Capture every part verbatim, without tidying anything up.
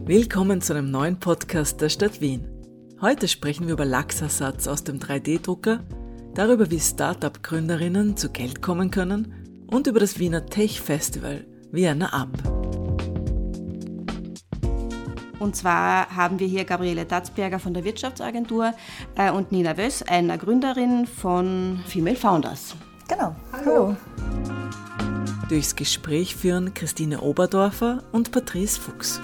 Willkommen zu einem neuen Podcast der Stadt Wien. Heute sprechen wir über Lachsersatz aus dem drei D Drucker, darüber, wie Start-up-Gründerinnen zu Geld kommen können und über das Wiener Tech-Festival Vienna Up. Und zwar haben wir hier Gabriele Datzberger von der Wirtschaftsagentur äh, und Nina Wöss, einer Gründerin von Female Founders. Genau. Hallo. Durchs Gespräch führen Christine Oberdorfer und Patrice Fuchs.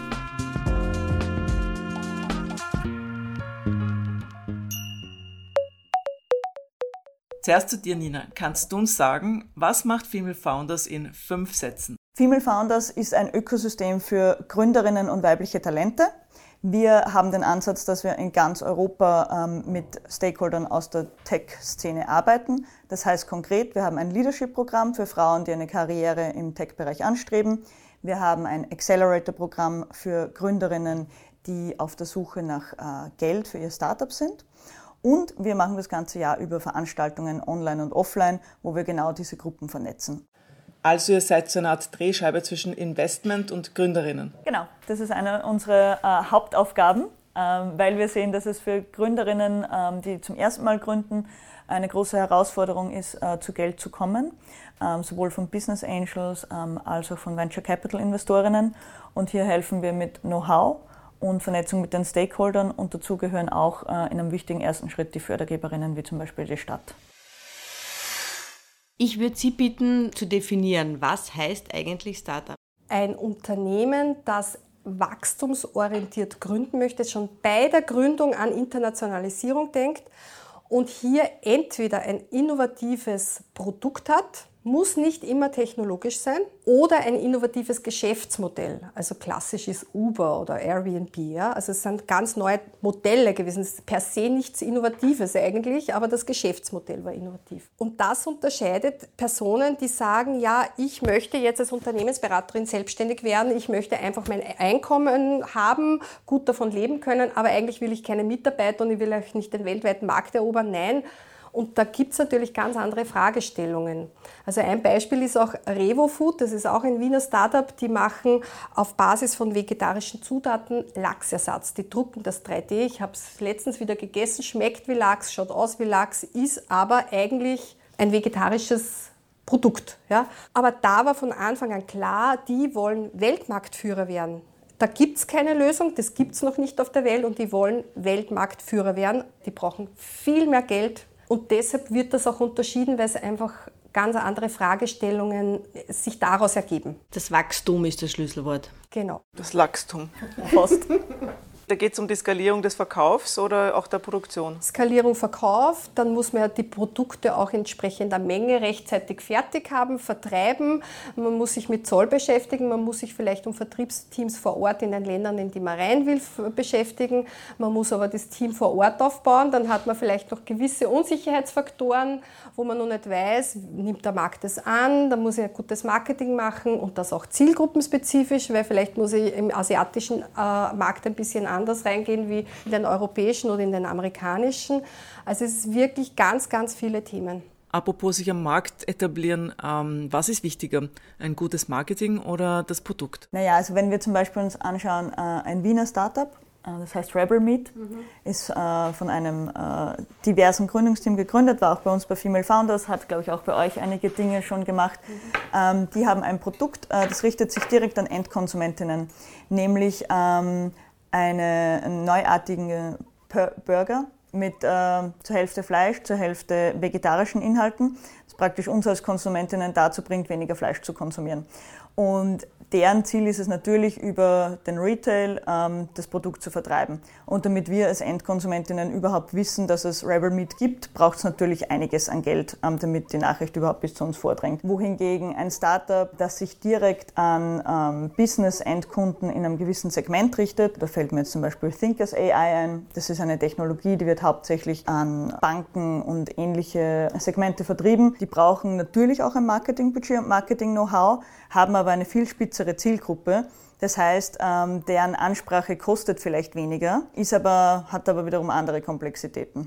Zuerst zu dir, Nina. Kannst du uns sagen, was macht Female Founders in fünf Sätzen? Female Founders ist ein Ökosystem für Gründerinnen und weibliche Talente. Wir haben den Ansatz, dass wir in ganz Europa ähm, mit Stakeholdern aus der Tech-Szene arbeiten. Das heißt konkret, wir haben ein Leadership-Programm für Frauen, die eine Karriere im Tech-Bereich anstreben. Wir haben ein Accelerator-Programm für Gründerinnen, die auf der Suche nach äh, Geld für ihr Startup sind. Und wir machen das ganze Jahr über Veranstaltungen online und offline, wo wir genau diese Gruppen vernetzen. Also ihr seid so eine Art Drehscheibe zwischen Investment und Gründerinnen. Genau, das ist eine unserer äh, Hauptaufgaben, äh, weil wir sehen, dass es für Gründerinnen, äh, die zum ersten Mal gründen, eine große Herausforderung ist, äh, zu Geld zu kommen, äh, sowohl von Business Angels äh, als auch von Venture Capital Investorinnen. Und hier helfen wir mit Know-how und Vernetzung mit den Stakeholdern, und dazu gehören auch äh, in einem wichtigen ersten Schritt die Fördergeberinnen, wie zum Beispiel die Stadt. Ich würde Sie bitten zu definieren, was heißt eigentlich Startup? Ein Unternehmen, das wachstumsorientiert gründen möchte, schon bei der Gründung an Internationalisierung denkt und hier entweder ein innovatives Produkt hat, muss nicht immer technologisch sein, oder ein innovatives Geschäftsmodell. Also klassisch ist Uber oder Airbnb. Ja? Also es sind ganz neue Modelle gewesen. Es ist per se nichts Innovatives eigentlich, aber das Geschäftsmodell war innovativ. Und das unterscheidet Personen, die sagen, ja, ich möchte jetzt als Unternehmensberaterin selbstständig werden, ich möchte einfach mein Einkommen haben, gut davon leben können, aber eigentlich will ich keine Mitarbeiter und ich will auch nicht den weltweiten Markt erobern. Nein. Und da gibt es natürlich ganz andere Fragestellungen. Also ein Beispiel ist auch RevoFood, das ist auch ein Wiener Startup, die machen auf Basis von vegetarischen Zutaten Lachsersatz. Die drucken das drei D, ich habe es letztens wieder gegessen, schmeckt wie Lachs, schaut aus wie Lachs, ist aber eigentlich ein vegetarisches Produkt. Ja? Aber da war von Anfang an klar, die wollen Weltmarktführer werden. Da gibt es keine Lösung, das gibt es noch nicht auf der Welt, und die wollen Weltmarktführer werden. Die brauchen viel mehr Geld. Und deshalb wird das auch unterschieden, weil es einfach ganz andere Fragestellungen sich daraus ergeben. Das Wachstum ist das Schlüsselwort. Genau. Das Lachstum. Fast. Da geht es um die Skalierung des Verkaufs oder auch der Produktion? Skalierung Verkauf, dann muss man ja die Produkte auch entsprechend der Menge rechtzeitig fertig haben, vertreiben. Man muss sich mit Zoll beschäftigen, man muss sich vielleicht um Vertriebsteams vor Ort in den Ländern, in die man rein will, beschäftigen. Man muss aber das Team vor Ort aufbauen, dann hat man vielleicht noch gewisse Unsicherheitsfaktoren, wo man noch nicht weiß, nimmt der Markt das an, dann muss ich ein gutes Marketing machen und das auch zielgruppenspezifisch, weil vielleicht muss ich im asiatischen äh, Markt ein bisschen anders reingehen wie in den europäischen oder in den amerikanischen. Also es ist wirklich ganz, ganz viele Themen. Apropos sich am Markt etablieren, ähm, was ist wichtiger, ein gutes Marketing oder das Produkt? Naja, also wenn wir zum Beispiel uns anschauen, äh, ein Wiener Startup, äh, das heißt Rebel Meat, mhm. ist äh, von einem äh, diversen Gründungsteam gegründet, war auch bei uns bei Female Founders, hat, glaube ich, auch bei euch einige Dinge schon gemacht. Mhm. Ähm, die haben ein Produkt, äh, das richtet sich direkt an Endkonsumentinnen, nämlich ähm, einen neuartigen Burger mit äh, zur Hälfte Fleisch, zur Hälfte vegetarischen Inhalten, das praktisch uns als Konsumentinnen dazu bringt, weniger Fleisch zu konsumieren. Und deren Ziel ist es natürlich, über den Retail ähm, das Produkt zu vertreiben. Und damit wir als Endkonsumentinnen überhaupt wissen, dass es Rebel Meat gibt, braucht es natürlich einiges an Geld, ähm, damit die Nachricht überhaupt bis zu uns vordringt. Wohingegen ein Startup, das sich direkt an ähm, Business-Endkunden in einem gewissen Segment richtet, da fällt mir jetzt zum Beispiel Thinkers A I ein, das ist eine Technologie, die wird hauptsächlich an Banken und ähnliche Segmente vertrieben. Die brauchen natürlich auch ein Marketingbudget und Marketing-Know-how, haben aber eine viel spitzere Zielgruppe. Das heißt, ähm, deren Ansprache kostet vielleicht weniger, ist aber, hat aber wiederum andere Komplexitäten.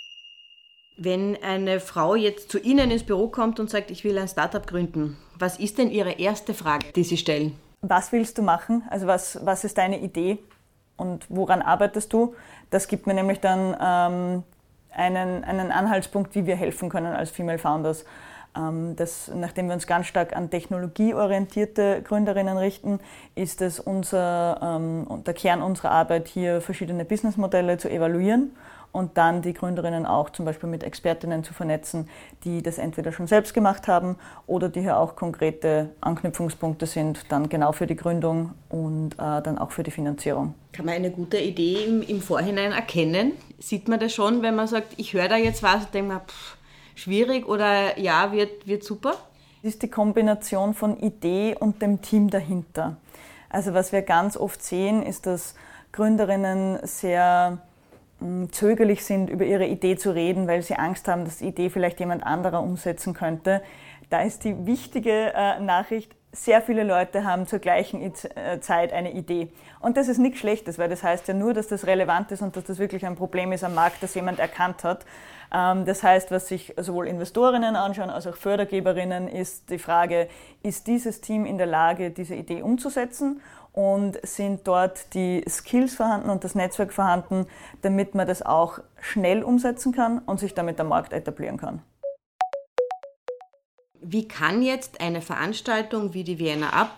Wenn eine Frau jetzt zu Ihnen ins Büro kommt und sagt, ich will ein Startup gründen, was ist denn Ihre erste Frage, die Sie stellen? Was willst du machen? Also was, was ist deine Idee? und woran arbeitest du? Das gibt mir nämlich dann ähm, einen, einen Anhaltspunkt, wie wir helfen können als Female Founders. Ähm, das, nachdem wir uns ganz stark an technologieorientierte Gründerinnen richten, ist es unser, ähm, der Kern unserer Arbeit, hier verschiedene Businessmodelle zu evaluieren und dann die Gründerinnen auch zum Beispiel mit Expertinnen zu vernetzen, die das entweder schon selbst gemacht haben oder die hier auch konkrete Anknüpfungspunkte sind, dann genau für die Gründung und äh, dann auch für die Finanzierung. Kann man eine gute Idee im, im Vorhinein erkennen? Sieht man das schon, wenn man sagt, ich höre da jetzt was und denke mir, pff, schwierig oder ja, wird, wird super? Das ist die Kombination von Idee und dem Team dahinter. Also was wir ganz oft sehen, ist, dass Gründerinnen sehr zögerlich sind, über ihre Idee zu reden, weil sie Angst haben, dass die Idee vielleicht jemand anderer umsetzen könnte. Da ist die wichtige äh, Nachricht, sehr viele Leute haben zur gleichen Zeit eine Idee. Und das ist nichts Schlechtes, weil das heißt ja nur, dass das relevant ist und dass das wirklich ein Problem ist am Markt, das jemand erkannt hat. Ähm, das heißt, was sich sowohl Investorinnen anschauen als auch Fördergeberinnen, ist die Frage, ist dieses Team in der Lage, diese Idee umzusetzen? Und sind dort die Skills vorhanden und das Netzwerk vorhanden, damit man das auch schnell umsetzen kann und sich damit am Markt etablieren kann. Wie kann jetzt eine Veranstaltung wie die Vienna Up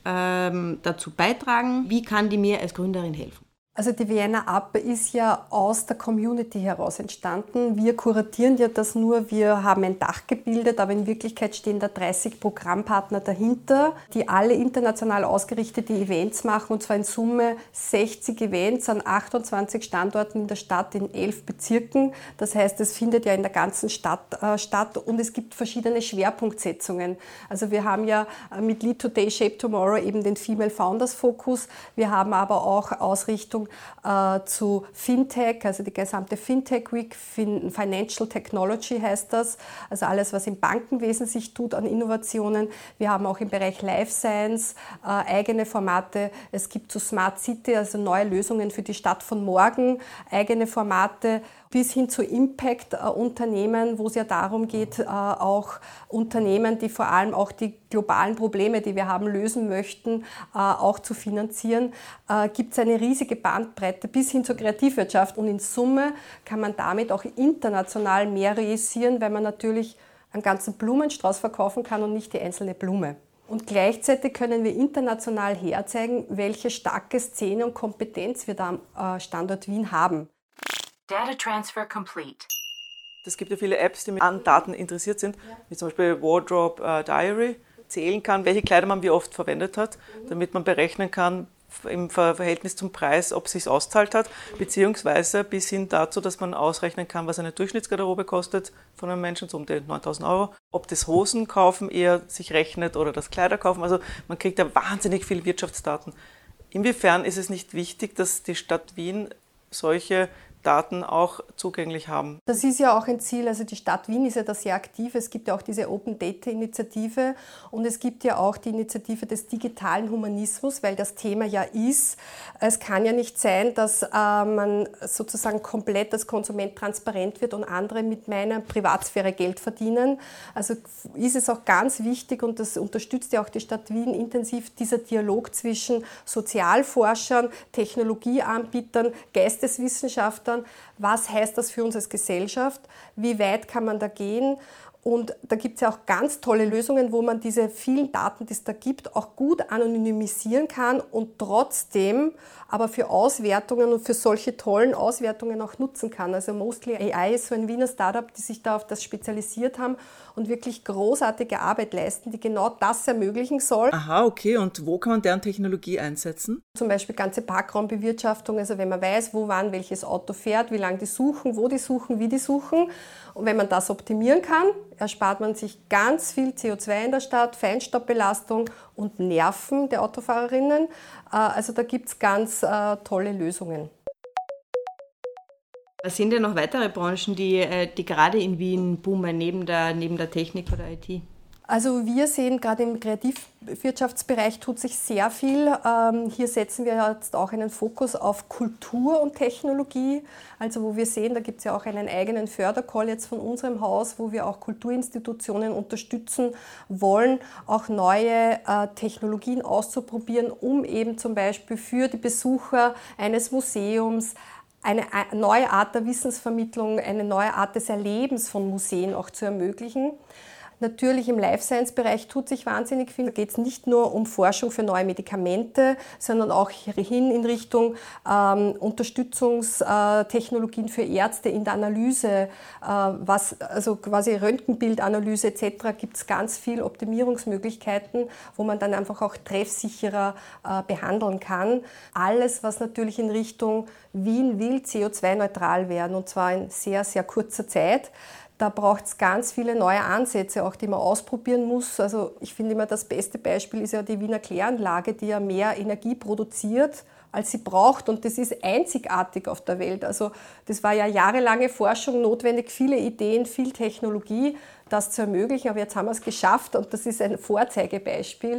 ähm, dazu beitragen? Wie kann die mir als Gründerin helfen? Also die Vienna Up ist ja aus der Community heraus entstanden. Wir kuratieren ja das nur, wir haben ein Dach gebildet, aber in Wirklichkeit stehen da dreißig Programmpartner dahinter, die alle international ausgerichtete Events machen, und zwar in Summe sechzig Events an achtundzwanzig Standorten in der Stadt in elf Bezirken. Das heißt, es findet ja in der ganzen Stadt äh, statt und es gibt verschiedene Schwerpunktsetzungen. Also wir haben ja mit Lead Today, Shape Tomorrow eben den Female Founders Fokus. Wir haben aber auch Ausrichtung Äh, zu Fintech, also die gesamte Fintech Week, fin- Financial Technology heißt das, also alles, was im Bankenwesen sich tut an Innovationen. Wir haben auch im Bereich Life Science äh, eigene Formate. Es gibt zu Smart City, also neue Lösungen für die Stadt von morgen, eigene Formate, bis hin zu Impact-Unternehmen, wo es ja darum geht, äh, auch Unternehmen, die vor allem auch die globalen Probleme, die wir haben, lösen möchten, äh, auch zu finanzieren. Äh, gibt es eine riesige Bandbreite bis hin zur Kreativwirtschaft und in Summe kann man damit auch international mehr realisieren, weil man natürlich einen ganzen Blumenstrauß verkaufen kann und nicht die einzelne Blume. Und gleichzeitig können wir international herzeigen, welche starke Szene und Kompetenz wir da am äh, Standort Wien haben. Data transfer complete. Es gibt ja viele Apps, die an Daten interessiert sind, wie zum Beispiel Wardrobe äh, Diary, zählen kann, welche Kleider man wie oft verwendet hat, damit man berechnen kann im Verhältnis zum Preis, ob es sich auszahlt hat, beziehungsweise bis hin dazu, dass man ausrechnen kann, was eine Durchschnittsgarderobe kostet von einem Menschen, so um die neuntausend Euro, ob das Hosen kaufen eher sich rechnet oder das Kleider kaufen. Also man kriegt ja wahnsinnig viel Wirtschaftsdaten. Inwiefern ist es nicht wichtig, dass die Stadt Wien solche Daten auch zugänglich haben? Das ist ja auch ein Ziel, also die Stadt Wien ist ja da sehr aktiv, es gibt ja auch diese Open Data Initiative und es gibt ja auch die Initiative des digitalen Humanismus, weil das Thema ja ist, es kann ja nicht sein, dass äh, man sozusagen komplett als Konsument transparent wird und andere mit meiner Privatsphäre Geld verdienen. Also ist es auch ganz wichtig und das unterstützt ja auch die Stadt Wien intensiv, dieser Dialog zwischen Sozialforschern, Technologieanbietern, Geisteswissenschaftlern. Was heißt das für uns als Gesellschaft? Wie weit kann man da gehen? Und da gibt es ja auch ganz tolle Lösungen, wo man diese vielen Daten, die es da gibt, auch gut anonymisieren kann und trotzdem aber für Auswertungen und für solche tollen Auswertungen auch nutzen kann. Also Mostly A I ist so ein Wiener Startup, die sich da auf das spezialisiert haben und wirklich großartige Arbeit leisten, die genau das ermöglichen soll. Aha, okay. Und wo kann man deren Technologie einsetzen? Zum Beispiel ganze Parkraumbewirtschaftung, also wenn man weiß, wo wann welches Auto fährt, wie lange die suchen, wo die suchen, wie die suchen. Und wenn man das optimieren kann, erspart man sich ganz viel C O zwei in der Stadt, Feinstaubbelastung und Nerven der Autofahrerinnen. Also da gibt es ganz äh, tolle Lösungen. Was sind denn noch weitere Branchen, die, die gerade in Wien boomen, neben der, neben der Technik oder I T? Also wir sehen, gerade im Kreativwirtschaftsbereich tut sich sehr viel. Ähm, hier setzen wir jetzt auch einen Fokus auf Kultur und Technologie. Also wo wir sehen, da gibt es ja auch einen eigenen Fördercall jetzt von unserem Haus, wo wir auch Kulturinstitutionen unterstützen wollen, auch neue äh, Technologien auszuprobieren, um eben zum Beispiel für die Besucher eines Museums eine neue Art der Wissensvermittlung, eine neue Art des Erlebens von Museen auch zu ermöglichen. Natürlich im Life-Science-Bereich tut sich wahnsinnig viel. Da geht es nicht nur um Forschung für neue Medikamente, sondern auch hin in Richtung ähm, Unterstützungstechnologien für Ärzte in der Analyse, äh, was, also quasi Röntgenbildanalyse et cetera. Gibt es ganz viel Optimierungsmöglichkeiten, wo man dann einfach auch treffsicherer äh, behandeln kann. Alles, was natürlich in Richtung Wien will C O zwei neutral werden, und zwar in sehr, sehr kurzer Zeit. Da braucht es ganz viele neue Ansätze, auch die man ausprobieren muss. Also ich finde immer, das beste Beispiel ist ja die Wiener Kläranlage, die ja mehr Energie produziert, als sie braucht. Und das ist einzigartig auf der Welt. Also das war ja jahrelange Forschung notwendig, viele Ideen, viel Technologie, das zu ermöglichen. Aber jetzt haben wir es geschafft und das ist ein Vorzeigebeispiel.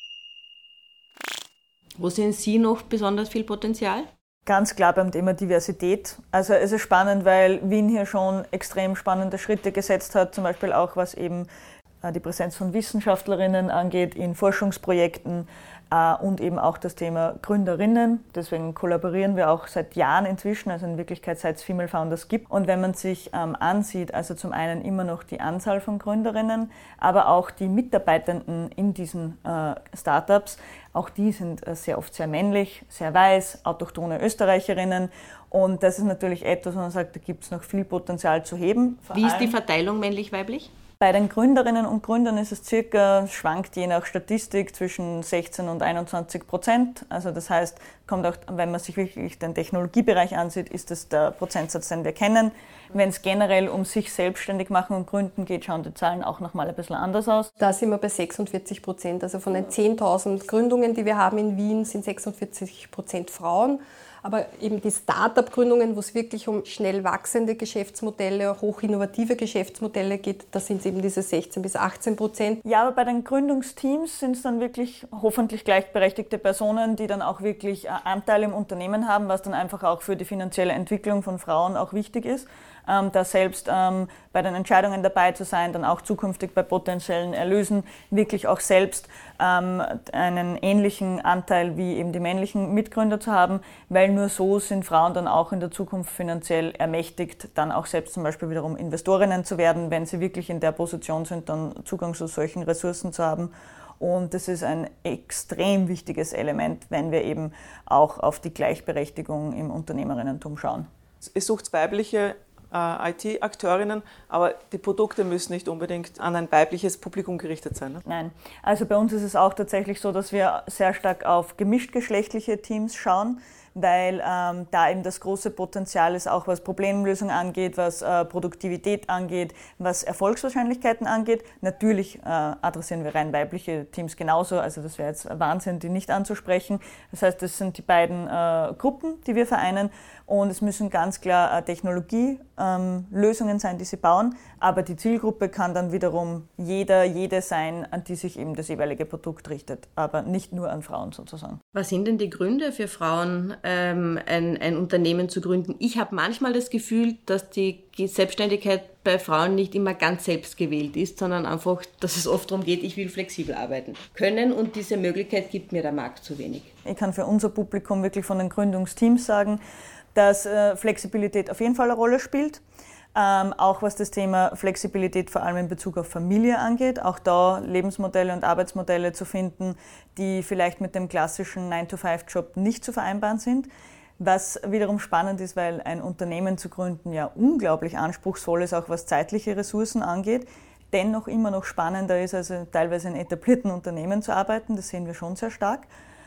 Wo sehen Sie noch besonders viel Potenzial? Ganz klar beim Thema Diversität. Also es ist spannend, weil Wien hier schon extrem spannende Schritte gesetzt hat, zum Beispiel auch was eben die Präsenz von Wissenschaftlerinnen angeht in Forschungsprojekten und eben auch das Thema Gründerinnen. Deswegen kollaborieren wir auch seit Jahren inzwischen, also in Wirklichkeit seit es Female Founders gibt. Und wenn man sich ähm, ansieht, also zum einen immer noch die Anzahl von Gründerinnen, aber auch die Mitarbeitenden in diesen äh, Startups, auch die sind äh, sehr oft sehr männlich, sehr weiß, autochthone Österreicherinnen. Und das ist natürlich etwas, wo man sagt, da gibt es noch viel Potenzial zu heben. Wie ist die Verteilung männlich-weiblich? Bei den Gründerinnen und Gründern ist es circa, schwankt je nach Statistik zwischen sechzehn und einundzwanzig Prozent. Also das heißt, kommt auch, wenn man sich wirklich den Technologiebereich ansieht, ist das der Prozentsatz, den wir kennen. Wenn es generell um sich selbstständig machen und gründen geht, schauen die Zahlen auch nochmal ein bisschen anders aus. Da sind wir bei sechsundvierzig Prozent. Also von den zehntausend Gründungen, die wir haben in Wien, sind sechsundvierzig Prozent Frauen. Aber eben die Start-up-Gründungen, wo es wirklich um schnell wachsende Geschäftsmodelle, hochinnovative Geschäftsmodelle geht, da sind es eben diese sechzehn bis achtzehn Prozent. Ja, aber bei den Gründungsteams sind es dann wirklich hoffentlich gleichberechtigte Personen, die dann auch wirklich Anteil im Unternehmen haben, was dann einfach auch für die finanzielle Entwicklung von Frauen auch wichtig ist. Ähm, da selbst ähm, bei den Entscheidungen dabei zu sein, dann auch zukünftig bei potenziellen Erlösen wirklich auch selbst ähm, einen ähnlichen Anteil wie eben die männlichen Mitgründer zu haben, weil nur so sind Frauen dann auch in der Zukunft finanziell ermächtigt, dann auch selbst zum Beispiel wiederum Investorinnen zu werden, wenn sie wirklich in der Position sind, dann Zugang zu solchen Ressourcen zu haben. Und das ist ein extrem wichtiges Element, wenn wir eben auch auf die Gleichberechtigung im Unternehmerinnentum schauen. Ihr sucht weibliche I T-Akteurinnen, aber die Produkte müssen nicht unbedingt an ein weibliches Publikum gerichtet sein. Ne? Nein, also bei uns ist es auch tatsächlich so, dass wir sehr stark auf gemischtgeschlechtliche Teams schauen, weil ähm, da eben das große Potenzial ist, auch was Problemlösung angeht, was äh, Produktivität angeht, was Erfolgswahrscheinlichkeiten angeht. Natürlich äh, adressieren wir rein weibliche Teams genauso, also das wäre jetzt Wahnsinn, die nicht anzusprechen. Das heißt, das sind die beiden äh, Gruppen, die wir vereinen, und es müssen ganz klar äh, Technologielösungen ähm, sein, die sie bauen, aber die Zielgruppe kann dann wiederum jeder, jede sein, an die sich eben das jeweilige Produkt richtet, aber nicht nur an Frauen sozusagen. Was sind denn die Gründe für Frauen, ähm, ein, ein Unternehmen zu gründen? Ich habe manchmal das Gefühl, dass die Selbstständigkeit bei Frauen nicht immer ganz selbst gewählt ist, sondern einfach, dass es oft darum geht, ich will flexibel arbeiten können, und diese Möglichkeit gibt mir der Markt zu wenig. Ich kann für unser Publikum wirklich von den Gründungsteams sagen, dass äh, Flexibilität auf jeden Fall eine Rolle spielt. Ähm, auch was das Thema Flexibilität vor allem in Bezug auf Familie angeht, auch da Lebensmodelle und Arbeitsmodelle zu finden, die vielleicht mit dem klassischen nine to five Job nicht zu vereinbaren sind. Was wiederum spannend ist, weil ein Unternehmen zu gründen ja unglaublich anspruchsvoll ist, auch was zeitliche Ressourcen angeht, dennoch immer noch spannender ist, also teilweise in etablierten Unternehmen zu arbeiten. Das sehen wir schon sehr stark.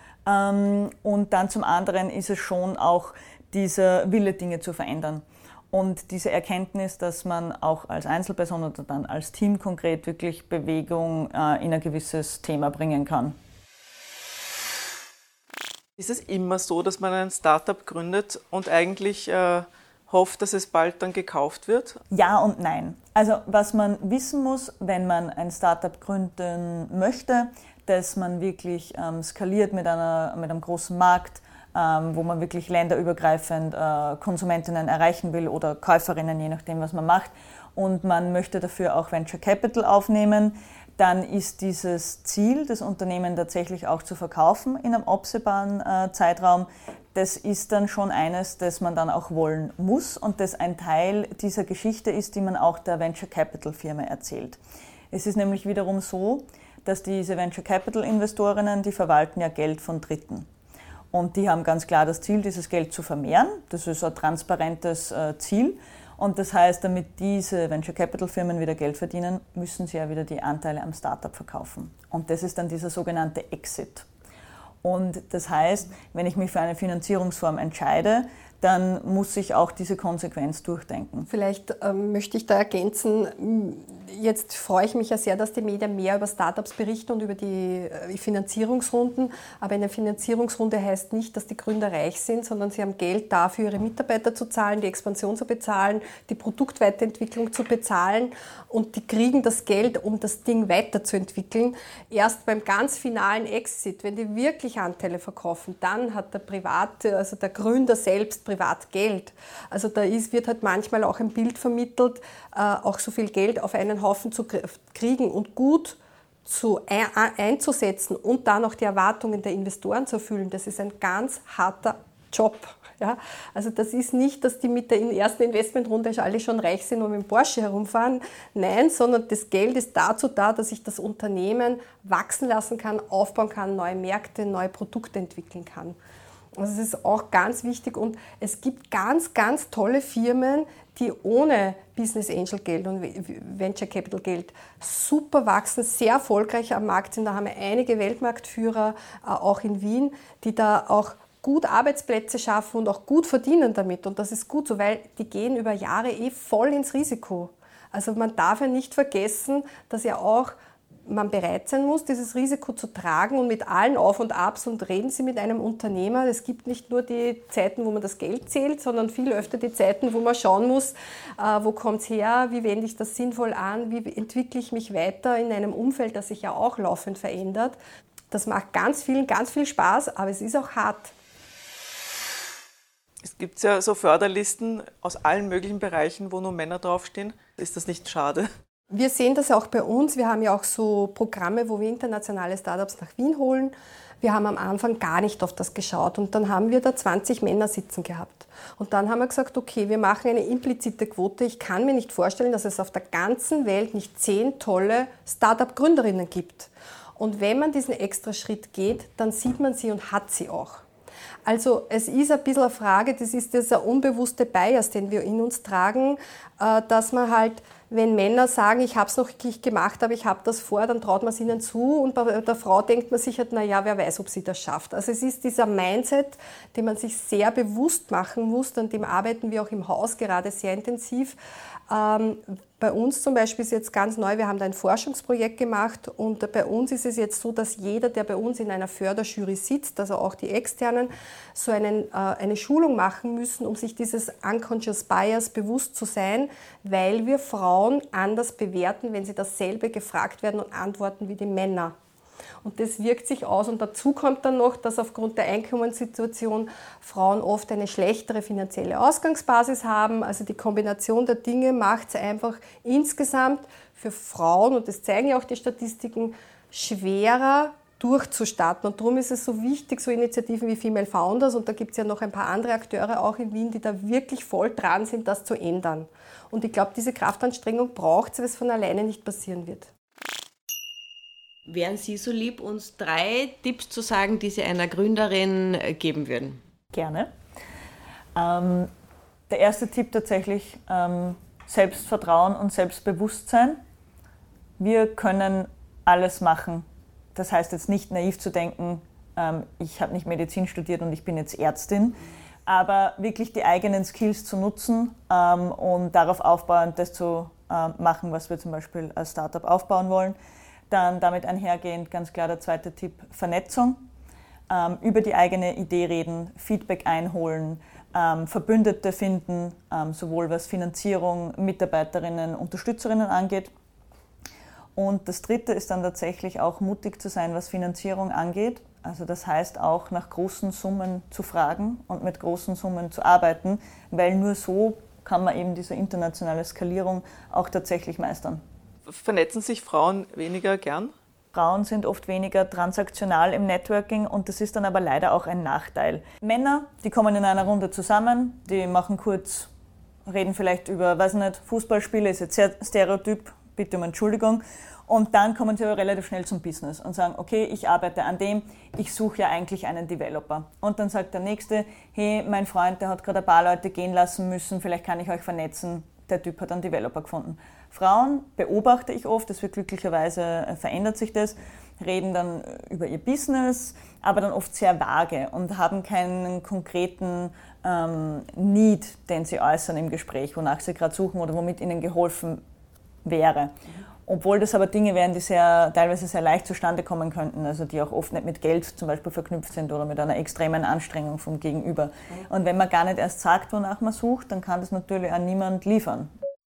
Ähm, und dann zum anderen ist es schon auch dieser Wille, Dinge zu verändern. Und diese Erkenntnis, dass man auch als Einzelperson oder dann als Team konkret wirklich Bewegung äh, in ein gewisses Thema bringen kann. Ist es immer so, dass man ein Startup gründet und eigentlich äh, hofft, dass es bald dann gekauft wird? Ja und nein. Also was man wissen muss, wenn man ein Startup gründen möchte, dass man wirklich ähm, skaliert mit, einer, mit einem großen Markt, ähm, wo man wirklich länderübergreifend äh, Konsumentinnen erreichen will oder Käuferinnen, je nachdem, was man macht. Und man möchte dafür auch Venture Capital aufnehmen, dann ist dieses Ziel, das Unternehmen tatsächlich auch zu verkaufen in einem absehbaren äh, Zeitraum, das ist dann schon eines, das man dann auch wollen muss und das ein Teil dieser Geschichte ist, die man auch der Venture Capital Firma erzählt. Es ist nämlich wiederum so, dass diese Venture Capital Investorinnen, die verwalten ja Geld von Dritten. Und die haben ganz klar das Ziel, dieses Geld zu vermehren. Das ist ein transparentes äh, Ziel. Und das heißt, damit diese Venture Capital Firmen wieder Geld verdienen, müssen sie ja wieder die Anteile am Startup verkaufen. Und das ist dann dieser sogenannte Exit. Und das heißt, wenn ich mich für eine Finanzierungsform entscheide, dann muss ich auch diese Konsequenz durchdenken. Vielleicht ähm, möchte ich da ergänzen, jetzt freue ich mich ja sehr, dass die Medien mehr über Startups berichten und über die äh, Finanzierungsrunden. Aber eine Finanzierungsrunde heißt nicht, dass die Gründer reich sind, sondern sie haben Geld dafür, ihre Mitarbeiter zu zahlen, die Expansion zu bezahlen, die Produktweiterentwicklung zu bezahlen und die kriegen das Geld, um das Ding weiterzuentwickeln. Erst beim ganz finalen Exit, wenn die wirklich Anteile verkaufen, dann hat der Private, also der Gründer selbst Privatgeld. Also da ist, wird halt manchmal auch ein Bild vermittelt, äh, auch so viel Geld auf einen Haufen zu kriegen und gut zu, ein, einzusetzen und dann auch die Erwartungen der Investoren zu erfüllen. Das ist ein ganz harter Job. Ja? Also das ist nicht, dass die mit der ersten Investmentrunde alle schon reich sind und mit dem Porsche herumfahren. Nein, sondern das Geld ist dazu da, dass ich das Unternehmen wachsen lassen kann, aufbauen kann, neue Märkte, neue Produkte entwickeln kann. Also das ist auch ganz wichtig und es gibt ganz, ganz tolle Firmen, die ohne Business Angel Geld und Venture Capital Geld super wachsen, sehr erfolgreich am Markt sind. Da haben wir einige Weltmarktführer, auch in Wien, die da auch gut Arbeitsplätze schaffen und auch gut verdienen damit. Und das ist gut so, weil die gehen über Jahre eh voll ins Risiko. Also man darf ja nicht vergessen, dass ja auch man bereit sein muss, dieses Risiko zu tragen und mit allen Auf und Abs und reden Sie mit einem Unternehmer. Es gibt nicht nur die Zeiten, wo man das Geld zählt, sondern viel öfter die Zeiten, wo man schauen muss, äh, wo kommt es her, wie wende ich das sinnvoll an, wie entwickle ich mich weiter in einem Umfeld, das sich ja auch laufend verändert. Das macht ganz vielen ganz viel Spaß, aber es ist auch hart. Es gibt ja so Förderlisten aus allen möglichen Bereichen, wo nur Männer draufstehen. Ist das nicht schade? Wir sehen das auch bei uns. Wir haben ja auch so Programme, wo wir internationale Startups nach Wien holen. Wir haben am Anfang gar nicht auf das geschaut und dann haben wir da zwanzig Männer sitzen gehabt. Und dann haben wir gesagt, okay, wir machen eine implizite Quote. Ich kann mir nicht vorstellen, dass es auf der ganzen Welt nicht zehn tolle Startup-Gründerinnen gibt. Und wenn man diesen extra Schritt geht, dann sieht man sie und hat sie auch. Also es ist ein bisschen eine Frage, das ist dieser unbewusste Bias, den wir in uns tragen, dass man halt, wenn Männer sagen, ich habe es noch nicht gemacht, aber ich habe das vor, dann traut man es ihnen zu und bei der Frau denkt man sich halt, naja, wer weiß, ob sie das schafft. Also es ist dieser Mindset, den man sich sehr bewusst machen muss, an dem arbeiten wir auch im Haus gerade sehr intensiv. Ähm, bei uns zum Beispiel ist jetzt ganz neu, wir haben da ein Forschungsprojekt gemacht und bei uns ist es jetzt so, dass jeder, der bei uns in einer Förderjury sitzt, also auch die Externen, so einen, äh, eine Schulung machen müssen, um sich dieses Unconscious Bias bewusst zu sein, weil wir Frauen anders bewerten, wenn sie dasselbe gefragt werden und antworten wie die Männer. Und das wirkt sich aus und dazu kommt dann noch, dass aufgrund der Einkommenssituation Frauen oft eine schlechtere finanzielle Ausgangsbasis haben. Also die Kombination der Dinge macht es einfach insgesamt für Frauen, und das zeigen ja auch die Statistiken, schwerer durchzustarten. Und darum ist es so wichtig, so Initiativen wie Female Founders, und da gibt es ja noch ein paar andere Akteure auch in Wien, die da wirklich voll dran sind, das zu ändern. Und ich glaube, diese Kraftanstrengung braucht es, weil es von alleine nicht passieren wird. Wären Sie so lieb, uns drei Tipps zu sagen, die Sie einer Gründerin geben würden? Gerne. Ähm, der erste Tipp tatsächlich ähm, Selbstvertrauen und Selbstbewusstsein. Wir können alles machen. Das heißt jetzt nicht naiv zu denken, ähm, ich habe nicht Medizin studiert und ich bin jetzt Ärztin, aber wirklich die eigenen Skills zu nutzen ähm, und darauf aufbauend das zu äh, machen, was wir zum Beispiel als Startup aufbauen wollen. Dann damit einhergehend ganz klar der zweite Tipp, Vernetzung. Ähm, über die eigene Idee reden, Feedback einholen, ähm, Verbündete finden, ähm, sowohl was Finanzierung, Mitarbeiterinnen, Unterstützerinnen angeht. Und das Dritte ist dann tatsächlich auch mutig zu sein, was Finanzierung angeht. Also das heißt auch nach großen Summen zu fragen und mit großen Summen zu arbeiten, weil nur so kann man eben diese internationale Skalierung auch tatsächlich meistern. Vernetzen sich Frauen weniger gern? Frauen sind oft weniger transaktional im Networking und das ist dann aber leider auch ein Nachteil. Männer, die kommen in einer Runde zusammen, die machen kurz, reden vielleicht über, weiß nicht, Fußballspiele, ist jetzt sehr stereotyp, bitte um Entschuldigung. Und dann kommen sie aber relativ schnell zum Business und sagen, okay, ich arbeite an dem, ich suche ja eigentlich einen Developer. Und dann sagt der Nächste, hey, mein Freund, der hat gerade ein paar Leute gehen lassen müssen, vielleicht kann ich euch vernetzen, der Typ hat einen Developer gefunden. Frauen beobachte ich oft, das wird glücklicherweise, verändert sich das, reden dann über ihr Business, aber dann oft sehr vage und haben keinen konkreten ähm, Need, den sie äußern im Gespräch, wonach sie gerade suchen oder womit ihnen geholfen wäre. Obwohl das aber Dinge wären, die sehr, teilweise sehr leicht zustande kommen könnten, also die auch oft nicht mit Geld zum Beispiel verknüpft sind oder mit einer extremen Anstrengung vom Gegenüber. Und wenn man gar nicht erst sagt, wonach man sucht, dann kann das natürlich an niemand liefern.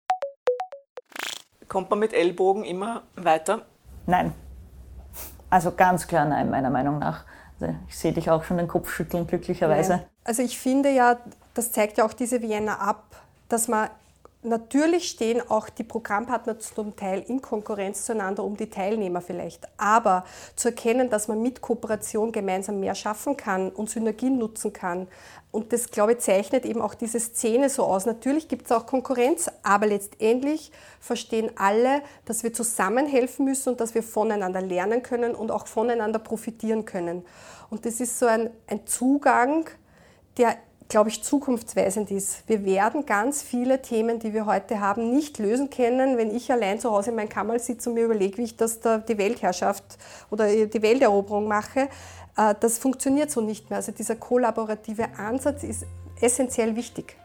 Kommt man mit Ellbogen immer weiter? Nein. Also ganz klar nein, meiner Meinung nach. Also ich sehe dich auch schon den Kopf schütteln, glücklicherweise. Nein. Also ich finde ja, das zeigt ja auch diese Vienna ab, dass man natürlich stehen auch die Programmpartner zum Teil in Konkurrenz zueinander um die Teilnehmer vielleicht. Aber zu erkennen, dass man mit Kooperation gemeinsam mehr schaffen kann und Synergien nutzen kann. Und das, glaube ich, zeichnet eben auch diese Szene so aus. Natürlich gibt es auch Konkurrenz, aber letztendlich verstehen alle, dass wir zusammenhelfen müssen und dass wir voneinander lernen können und auch voneinander profitieren können. Und das ist so ein, ein Zugang, der, glaube ich, zukunftsweisend ist. Wir werden ganz viele Themen, die wir heute haben, nicht lösen können, wenn ich allein zu Hause in meinem Kammerl sitze und mir überlege, wie ich das da die Weltherrschaft oder die Welteroberung mache. Das funktioniert so nicht mehr. Also dieser kollaborative Ansatz ist essentiell wichtig.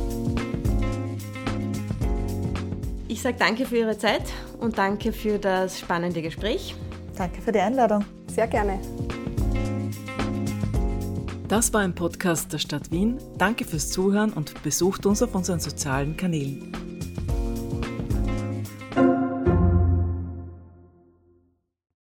Ich sage danke für Ihre Zeit und danke für das spannende Gespräch. Danke für die Einladung. Sehr gerne. Das war ein Podcast der Stadt Wien. Danke fürs Zuhören und besucht uns auf unseren sozialen Kanälen.